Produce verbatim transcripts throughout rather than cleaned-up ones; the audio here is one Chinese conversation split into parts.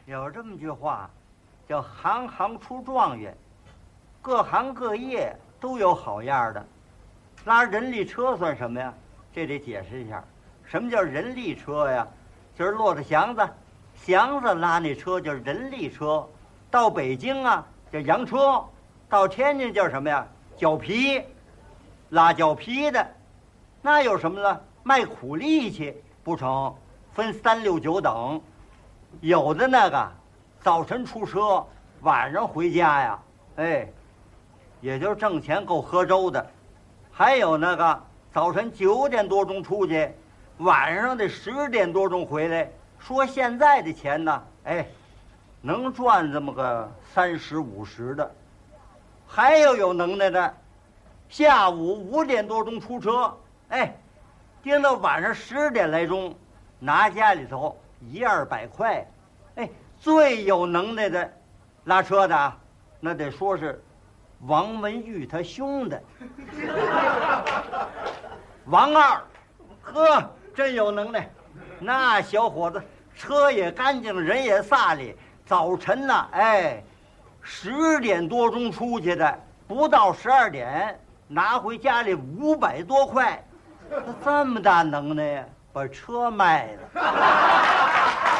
有这么句话，叫行行出状元，各行各业都有好样的。拉人力车算什么呀？这得解释一下，什么叫人力车呀？就是骆驼祥子，祥子拉那车叫人力车。到北京啊叫洋车，到天津叫什么呀？脚皮，拉脚皮的。那有什么呢？卖苦力气不成，分三六九等。有的那个早晨出车，晚上回家呀，哎，也就是挣钱够喝粥的。还有那个早晨九点多钟出去，晚上得十点多钟回来。说现在的钱呢，哎，能赚这么个三十五十的。还有有能耐的，下午五点多钟出车，哎，盯到晚上十点来钟，拿家里头一二百块。哎，最有能耐的拉车的啊，那得说是王文玉他兄的王二，呵，真有能耐。那小伙子车也干净，人也飒利。早晨呢，哎，十点多钟出去的，不到十二点拿回家里五百多块。他这么大能耐呀，把车卖了。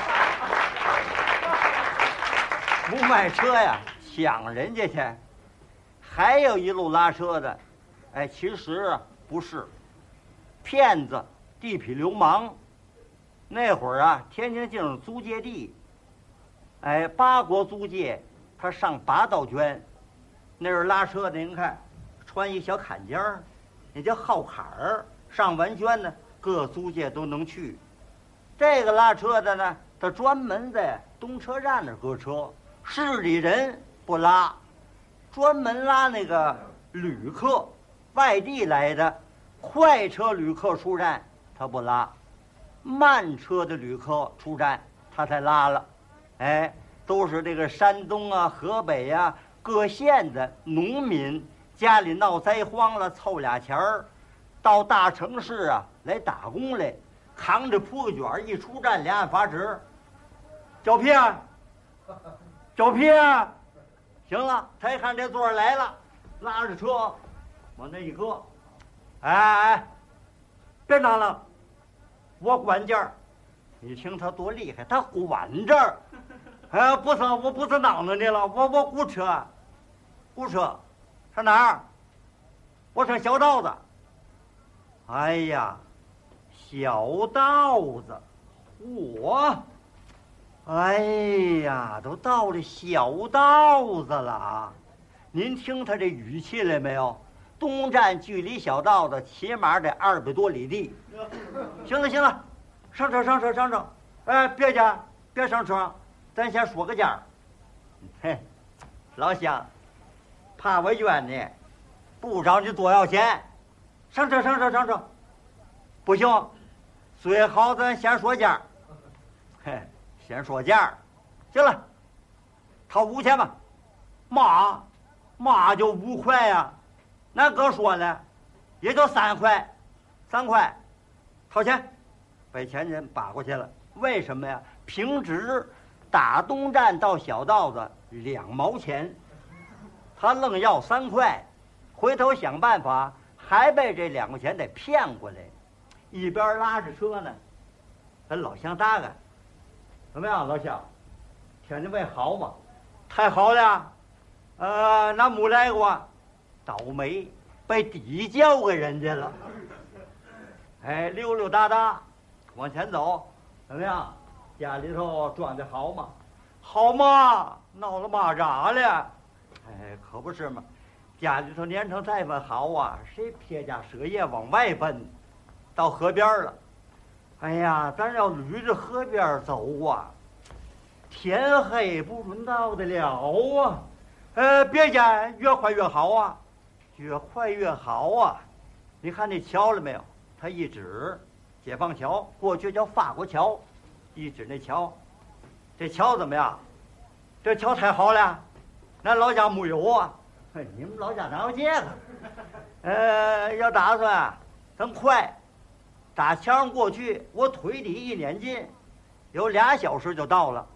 不卖车呀，抢人家去。还有一路拉车的，哎，其实啊不是，骗子、地痞流氓。那会儿啊，天津境租界地，哎，八国租界，他上八道圈，那是拉车的。您看，穿一小坎肩儿，那叫号坎儿。上完圈呢，各租界都能去。这个拉车的呢，他专门在东车站那儿搁车，市里人不拉，专门拉那个旅客，外地来的快车旅客出站他不拉，慢车的旅客出站他才拉了。哎，都是这个山东啊、河北啊各县的农民，家里闹灾荒了，凑俩钱儿，到大城市啊来打工来，扛着铺个卷一出站，两眼发直，脚皮啊，脚皮啊，行了，他一看这座儿来了，拉着车往那一搁，哎哎，别拿了，我管这儿。你听他多厉害，他管这儿。哎，不是，我不是嚷嚷你了，我我雇车，雇车，上哪儿？我上小道子。哎呀，小道子，我，哎呀，都到了小道子了啊！您听他这语气了没有？东站距离小道子起码得二百多里地。行了行了，上车上车上车！哎，别介，别上车，咱先说个价。嘿，老乡，怕我冤你，不找你多要钱。上车上车上车！不行，最好咱先说价。嘿，先说价。行了，掏五千吧。嘛嘛就五块呀？那哥说呢，也就三块，三块，掏钱，把钱人把过去了。为什么呀？平直打东站到小道子两毛钱，他愣要三块，回头想办法还被这两块钱得骗过来。一边拉着车呢，跟老乡搭个，怎么样，老乡？天津卫好吗？太好了，呃，那没来过，倒霉，被抵交给人家了。哎，溜溜达达往前走，怎么样？家里头装的好吗？好嘛，闹了嘛啥了？哎，可不是嘛，家里头年成再份好啊，谁撇家舍业往外奔？到河边了，哎呀，咱要捋着河边走啊，天黑不准到得了啊。呃，别介，越快越好啊，越快越好啊。你看那桥了没有？他一指，解放桥，过去叫法国桥，一指那桥，这桥怎么样？这桥太好了，咱老家没有啊。嘿，你们老家哪有这个？呃，要打算咱快。打桥上过去，我腿底一撵进，有俩小时就到了。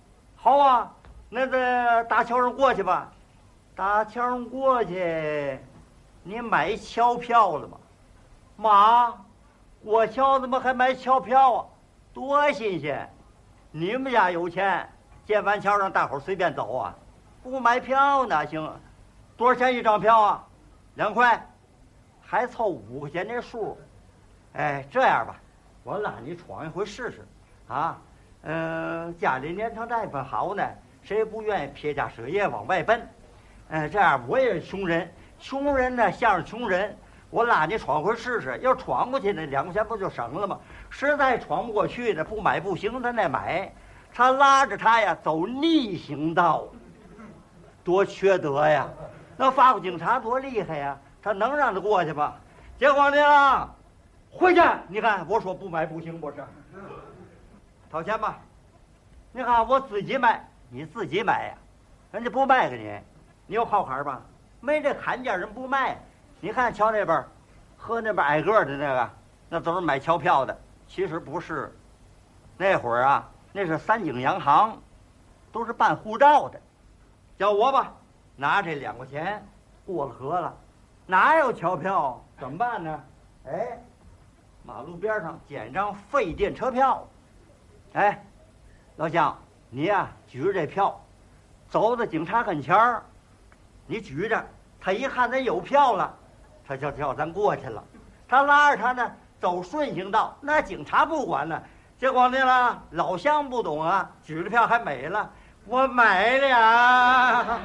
好啊，那个大桥上过去吧。大桥上过去，你买桥票了吗？妈，过桥怎么还买桥票啊？多新鲜！你们家有钱，建完桥让大伙儿随便走啊？不买票哪行啊？多少钱一张票啊？两块，还凑五块钱那数。哎，这样吧，我拉你闯一回试试啊。嗯、呃，家里年头这份好呢，谁也不愿意撇家舍业往外奔。哎，这样我也是穷人，穷人呢像是穷人，我拉你闯回试试，要闯过去那两块钱不就省了吗？实在闯不过去的，不买不行，他那买，他拉着他呀走逆行道，多缺德呀！那法国警察多厉害呀，他能让他过去吗？结果呢，回去，你看我说不买不行，不是？掏钱吧，你看我自己买，你自己买呀，人家不卖给你。你有好坎吧？没这坎件人不卖。你看桥那边，和那边挨个的那个，那都是买桥票的。其实不是，那会儿啊，那是三井洋行，都是办护照的。叫我吧，拿这两块钱过了河了，哪有桥票？怎么办呢？哎，马路边上捡张废电车票。哎，老乡，你呀、啊、举着这票，走到警察跟前儿。你举着，他一看咱有票了，他就叫咱过去了。他拉着他呢走顺行道，那警察不管呢。结果呢了，老乡不懂啊，举着票还美了，我买了呀。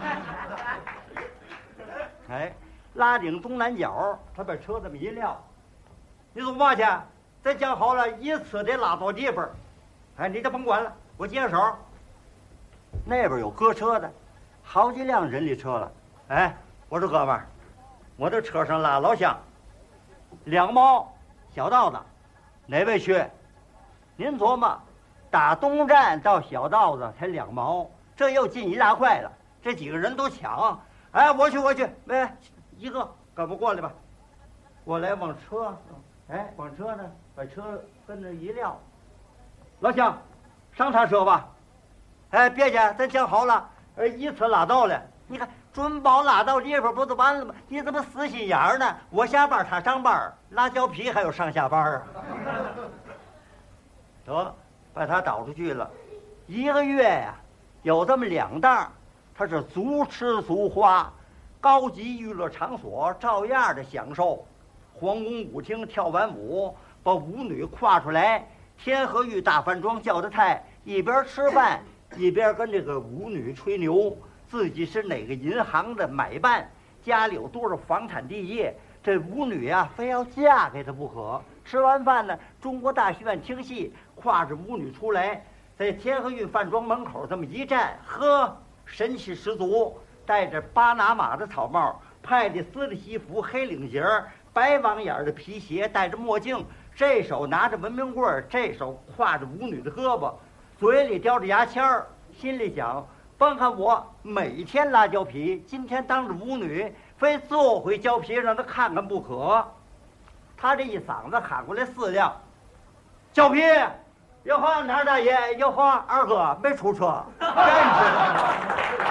哎，拉顶东南角，他把车这么一撂，你走嘛去？咱讲好了，一次得拉到地方。哎，你就甭管了，我接手。那边有搁车的，好几辆人力车了。哎，我说哥们儿，我这车上拉老乡，两毛小道子，哪位去？您琢磨，打东站到小道子才两毛，这又近一大块了，这几个人都抢。哎，我去我去，哎，一个跟我过来吧，过来往车，哎，往车呢，把车跟那一撂，老乡，上他车吧。哎，别去，咱讲好了，呃，一次拉到了，你看。准保拉到地方不就完了吗？你怎么死心眼儿呢？我下班他上班，拉胶皮还有上下班啊！得，把他找出去了，一个月呀、啊，有这么两档，他是足吃足花，高级娱乐场所照样的享受。皇宫舞厅跳完舞，把舞女挎出来，天河峪大饭庄叫的菜，一边吃饭一边跟这个舞女吹牛。自己是哪个银行的买办，家里有多少房产地业，这舞女啊非要嫁给他不可。吃完饭呢，中国大剧院听戏，挎着舞女出来，在天河峪饭庄门口这么一站，呵，神气十足，戴着巴拿马的草帽，派的丝的西服，黑领结儿，白网眼的皮鞋，戴着墨镜，这手拿着文明棍，这手挎着舞女的胳膊，嘴里叼着牙签儿，心里想。甭看我每天拉胶皮，今天当着舞女，非做回胶皮让他看看不可。他这一嗓子喊过来四辆，胶皮，哟呵，哪儿大爷？哟呵，二哥没出车，真是的。